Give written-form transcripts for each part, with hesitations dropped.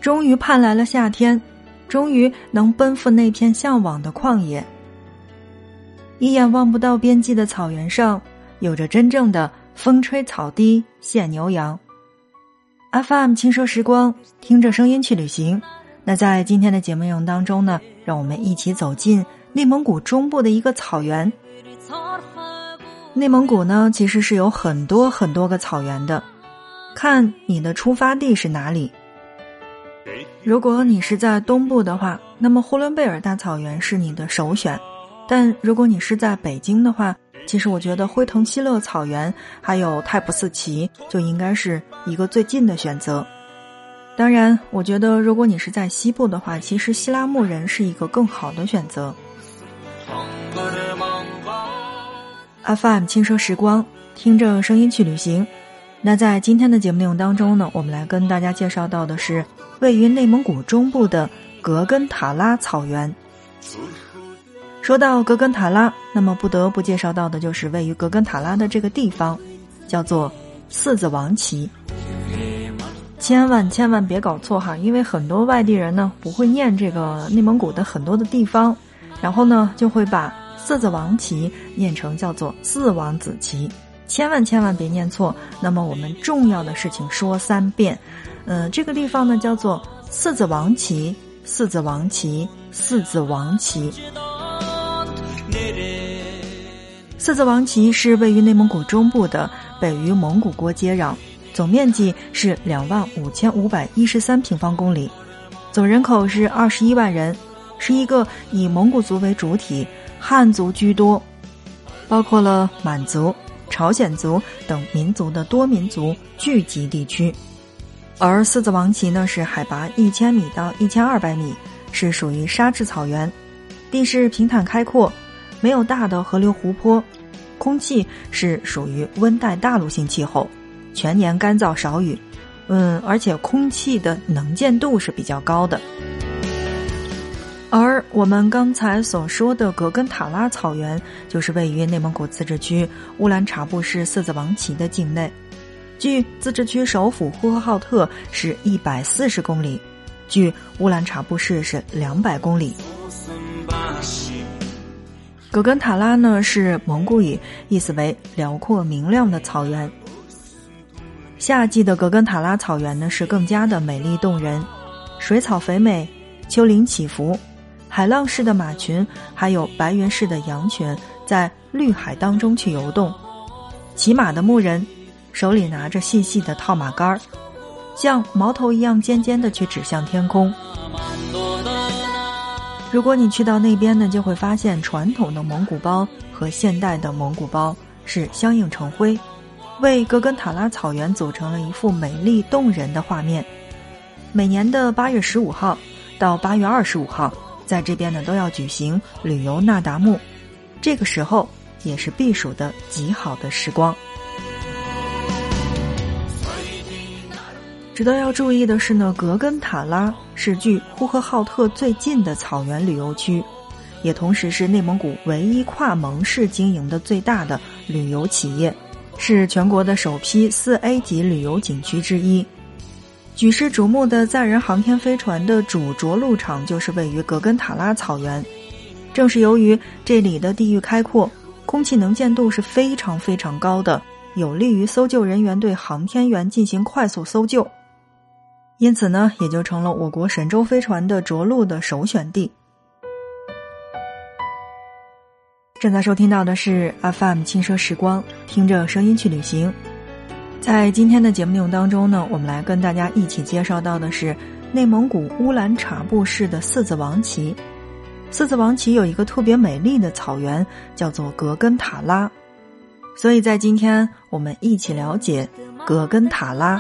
终于盼来了夏天，终于能奔赴那片向往的旷野。一眼望不到边际的草原上，有着真正的风吹草低见牛羊。FM 轻奢时光，听着声音去旅行。那在今天的节目内容当中呢，让我们一起走进内蒙古中部的一个草原。内蒙古呢，其实是有很多很多个草原的，看你的出发地是哪里。如果你是在东部的话，那么呼伦贝尔大草原是你的首选。但如果你是在北京的话，其实我觉得辉腾西勒草原还有泰普四旗就应该是一个最近的选择。当然，我觉得如果你是在西部的话，其实西拉木仁是一个更好的选择。FM 轻奢时光，听着声音去旅行。那在今天的节目内容当中呢，我们来跟大家介绍到的是位于内蒙古中部的格根塔拉草原。说到格根塔拉，那么不得不介绍到的就是位于格根塔拉的这个地方，叫做四子王旗。千万别搞错哈，因为很多外地人呢不会念这个内蒙古的很多的地方，然后呢就会把四子王旗念成叫做四王子旗，千万别念错。那么我们重要的事情说3遍，这个地方呢叫做四子王旗，四子王旗，四子王旗。四子王旗是位于内蒙古中部的，北与蒙古国接壤，总面积是25513平方公里，总人口是21万人，是一个以蒙古族为主体，汉族居多，包括了满族、朝鲜族等民族的多民族聚集地区。而四子王旗呢是海拔1000米到1200米，是属于沙质草原，地势平坦开阔，没有大的河流湖泊，空气是属于温带大陆性气候，全年干燥少雨，而且空气的能见度是比较高的。而我们刚才所说的格根塔拉草原，就是位于内蒙古自治区乌兰察布市四子王旗的境内，距自治区首府呼和浩特是140公里，距乌兰察布市是200公里。格根塔拉呢是蒙古语，意思为辽阔明亮的草原。夏季的格根塔拉草原呢是更加的美丽动人，水草肥美，丘陵起伏，海浪式的马群还有白云式的羊群在绿海当中去游动，骑马的牧人手里拿着细细的套马杆，像矛头一样尖尖的去指向天空。如果你去到那边呢，就会发现传统的蒙古包和现代的蒙古包是相映成辉，为格根塔拉草原组成了一幅美丽动人的画面。每年的8月15号到8月25号，在这边呢都要举行旅游那达慕，这个时候也是避暑的极好的时光。值得要注意的是呢，格根塔拉是距呼和浩特最近的草原旅游区，也同时是内蒙古唯一跨盟市经营的最大的旅游企业，是全国的首批4A 级旅游景区之一。举世瞩目的载人航天飞船的主着陆场就是位于格根塔拉草原。正是由于这里的地域开阔，空气能见度是非常高的，有利于搜救人员对航天员进行快速搜救，因此呢，也就成了我国神舟飞船的着陆的首选地。正在收听到的是 FM 轻奢时光，听着声音去旅行。在今天的节目内容当中呢，我们来跟大家一起介绍到的是内蒙古乌兰察布市的四子王旗。四子王旗有一个特别美丽的草原，叫做格根塔拉。所以在今天我们一起了解格根塔拉。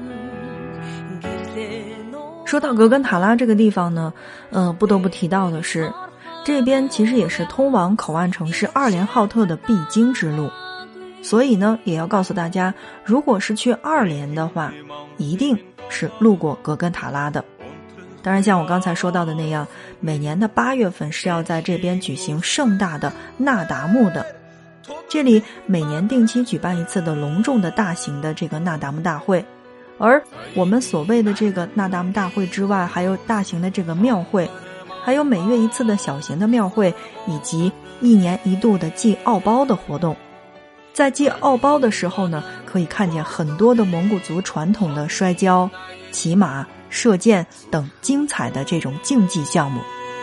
说到格根塔拉这个地方呢，不得不提到的是，这边其实也是通往口岸城市2连浩特的必经之路。所以呢，也要告诉大家，如果是去2连的话，一定是路过格根塔拉的。当然像我刚才说到的那样，每年的8月份是要在这边举行盛大的那达慕的。这里每年定期举办一次的隆重的大型的这个那达慕大会， 而我们所谓的这个那达慕大会之外，还有大型的这个庙会，还有每月一次的小型的庙会，以及1年1度的祭奥包的活动。在祭奥包的时候呢，可以看见很多的蒙古族传统的摔跤、骑马、射箭等精彩的这种竞技项目。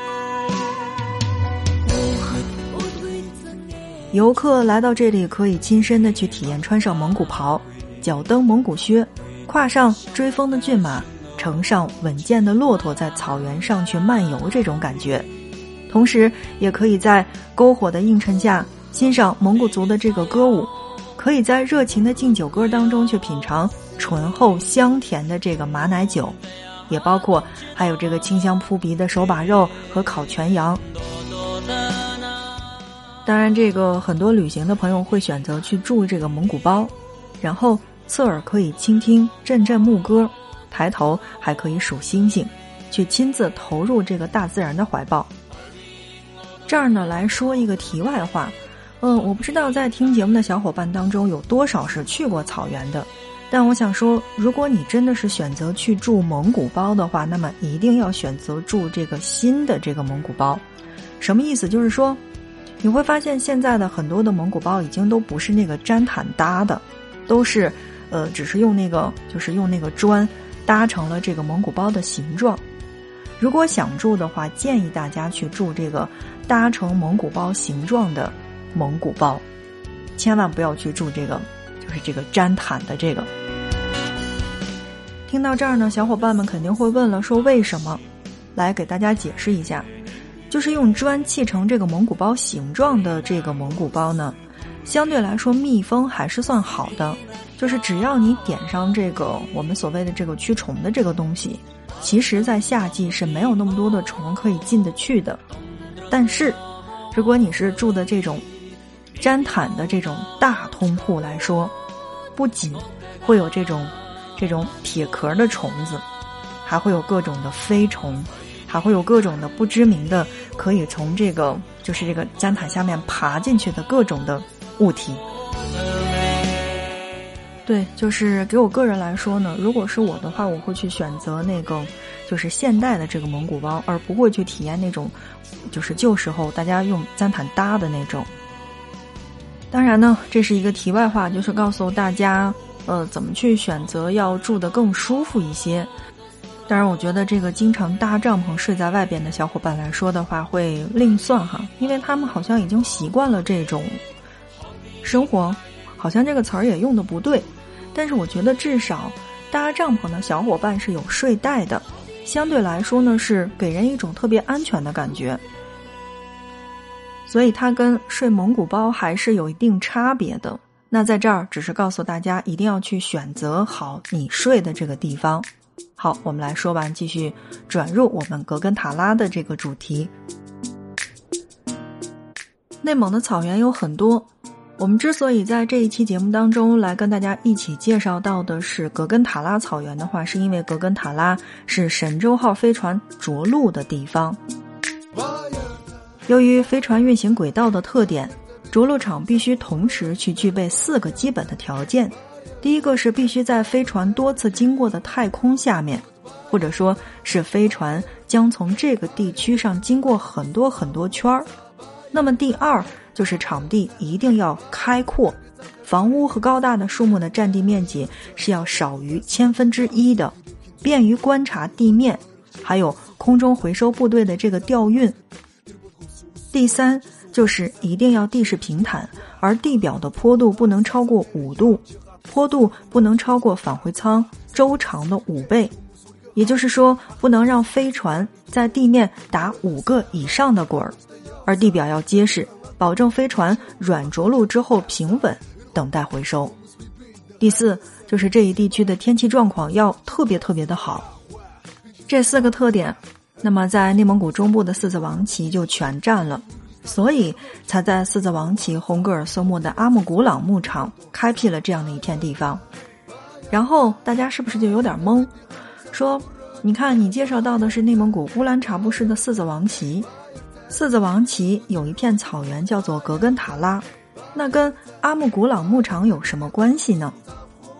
游客来到这里可以亲身的去体验穿上蒙古袍，脚蹬蒙古靴，跨上追风的骏马，乘上稳健的骆驼，在草原上去漫游这种感觉。同时也可以在篝火的映衬下欣赏蒙古族的这个歌舞，可以在热情的敬酒歌当中去品尝醇厚香甜的这个马奶酒，也包括还有这个清香扑鼻的手把肉和烤全羊。当然这个很多旅行的朋友会选择去住这个蒙古包，然后侧耳可以倾听阵阵牧歌，抬头还可以数星星，去亲自投入这个大自然的怀抱。这儿呢来说一个题外话，我不知道在听节目的小伙伴当中有多少是去过草原的，但我想说，如果你真的是选择去住蒙古包的话，那么一定要选择住这个新的这个蒙古包。什么意思？就是说你会发现现在的很多的蒙古包已经都不是那个毡毯搭的，都是只是用那个砖搭成了这个蒙古包的形状。如果想住的话，建议大家去住这个搭成蒙古包形状的蒙古包，千万不要去住这个就是这个毡毯的这个。听到这儿呢，小伙伴们肯定会问了，说为什么？来给大家解释一下，就是用砖砌成这个蒙古包形状的这个蒙古包呢，相对来说密封还是算好的，就是只要你点上这个我们所谓的这个驱虫的这个东西，其实在夏季是没有那么多的虫可以进得去的。但是如果你是住的这种毡毯的这种大通铺来说，不仅会有这种铁壳的虫子，还会有各种的飞虫，还会有各种的不知名的可以从这个就是这个毡毯下面爬进去的各种的物体。对，就是给我个人来说呢，如果是我的话，我会去选择那个就是现代的这个蒙古包，而不会去体验那种就是旧时候大家用毡毯搭的那种。当然呢，这是一个题外话，就是告诉大家怎么去选择要住得更舒服一些。当然我觉得这个经常搭帐篷睡在外边的小伙伴来说的话会另算哈，因为他们好像已经习惯了这种生活，好像这个词儿也用得不对，但是我觉得至少搭帐篷的小伙伴是有睡袋的，相对来说呢是给人一种特别安全的感觉，所以它跟睡蒙古包还是有一定差别的。那在这儿只是告诉大家一定要去选择好你睡的这个地方。好，我们来说完，继续转入我们格根塔拉的这个主题。内蒙的草原有很多，我们之所以在这一期节目当中来跟大家一起介绍到的是格根塔拉草原的话，是因为格根塔拉是神舟号飞船着陆的地方。由于飞船运行轨道的特点，着陆场必须同时去具备4个基本的条件。第一个是必须在飞船多次经过的太空下面，或者说是飞船将从这个地区上经过很多很多圈儿。那么第二就是场地一定要开阔，房屋和高大的树木的占地面积是要少于1/1000的，便于观察地面，还有空中回收部队的这个调运。第三就是一定要地势平坦，而地表的坡度不能超过5度，坡度不能超过返回舱周长的5倍，也就是说不能让飞船在地面打5个以上的滚儿，而地表要结实，保证飞船软着陆之后平稳，等待回收。第四就是这一地区的天气状况要特别特别的好。这4个特点，那么在内蒙古中部的四子王旗就全占了，所以才在四子王旗红格尔松木的阿木古朗牧场开辟了这样的一片地方。然后大家是不是就有点懵，说你看你介绍到的是内蒙古乌兰察布市的四子王旗，四子王旗有一片草原叫做格根塔拉，那跟阿木古朗牧场有什么关系呢？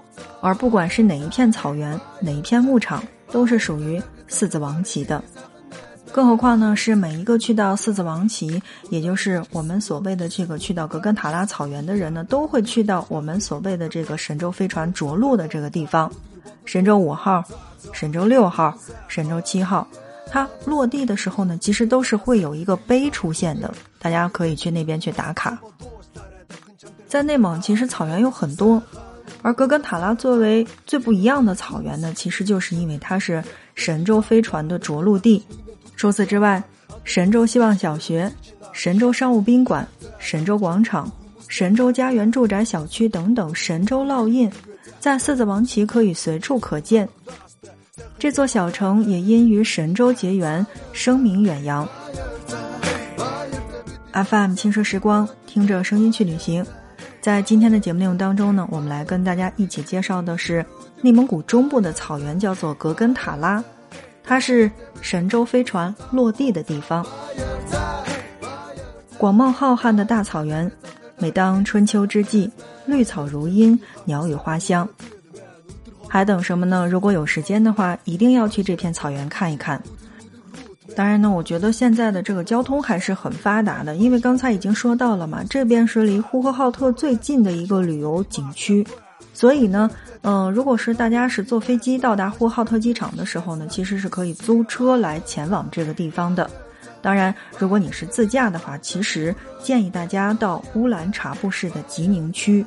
而不管是哪一片草原，哪一片牧场，都是属于四子王旗的。更何况呢，是每一个去到四子王旗，也就是我们所谓的这个去到格根塔拉草原的人呢，都会去到我们所谓的这个神舟飞船着陆的这个地方，神舟5号、神舟6号、神舟7号。它落地的时候呢，其实都是会有一个碑出现的，大家可以去那边去打卡。在内蒙其实草原有很多，而格根塔拉作为最不一样的草原呢，其实就是因为它是神舟飞船的着陆地。除此之外，神舟希望小学、神舟商务宾馆、神舟广场、神舟家园住宅小区等等神舟烙印，在四子王旗可以随处可见。这座小城也因与神舟结缘，声名远扬。FM 轻奢时光，听着声音去旅行。在今天的节目内容当中呢，我们来跟大家一起介绍的是内蒙古中部的草原，叫做格根塔拉，它是神舟飞船落地的地方。广袤浩瀚的大草原，每当春秋之际，绿草如茵，鸟语花香。还等什么呢？如果有时间的话，一定要去这片草原看一看。当然呢，我觉得现在的这个交通还是很发达的，因为刚才已经说到了嘛，这边是离呼和浩特最近的一个旅游景区，所以呢，如果是大家是坐飞机到达呼和浩特机场的时候呢，其实是可以租车来前往这个地方的。当然，如果你是自驾的话，其实建议大家到乌兰察布市的吉宁区。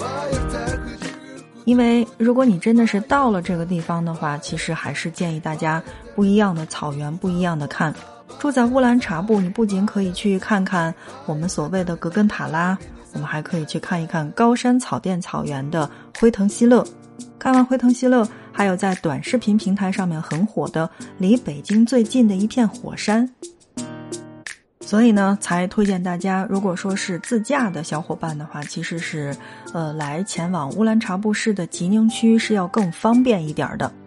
因为如果你真的是到了这个地方的话，其实还是建议大家不一样的草原，不一样的看。住在乌兰察布，你不仅可以去看看我们所谓的格根塔拉，我们还可以去看一看高山草甸草原的辉腾西勒。看完辉腾西勒，还有在短视频平台上面很火的离北京最近的一片火山。所以呢，才推荐大家，如果说是自驾的小伙伴的话，其实是来前往乌兰察布市的吉宁区是要更方便一点的。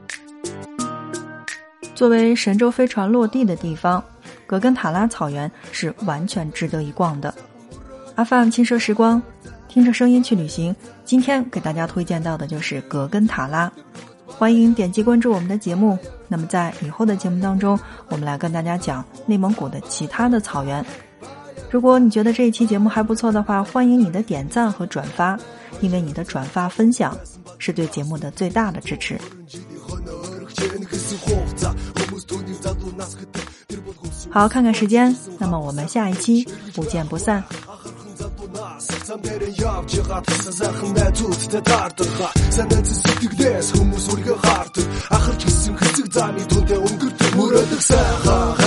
作为神舟飞船落地的地方，格根塔拉草原是完全值得一逛的。FM 轻奢时光，听着声音去旅行，今天给大家推荐到的就是格根塔拉。欢迎点击关注我们的节目，那么在以后的节目当中，我们来跟大家讲内蒙古的其他的草原。如果你觉得这一期节目还不错的话，欢迎你的点赞和转发，因为你的转发分享是对节目的最大的支持。好，看看时间，那么我们下一期不见不散。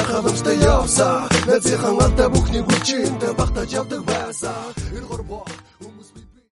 Нацхан алда бүхний хүчин дэ багтаж явдаг байсан.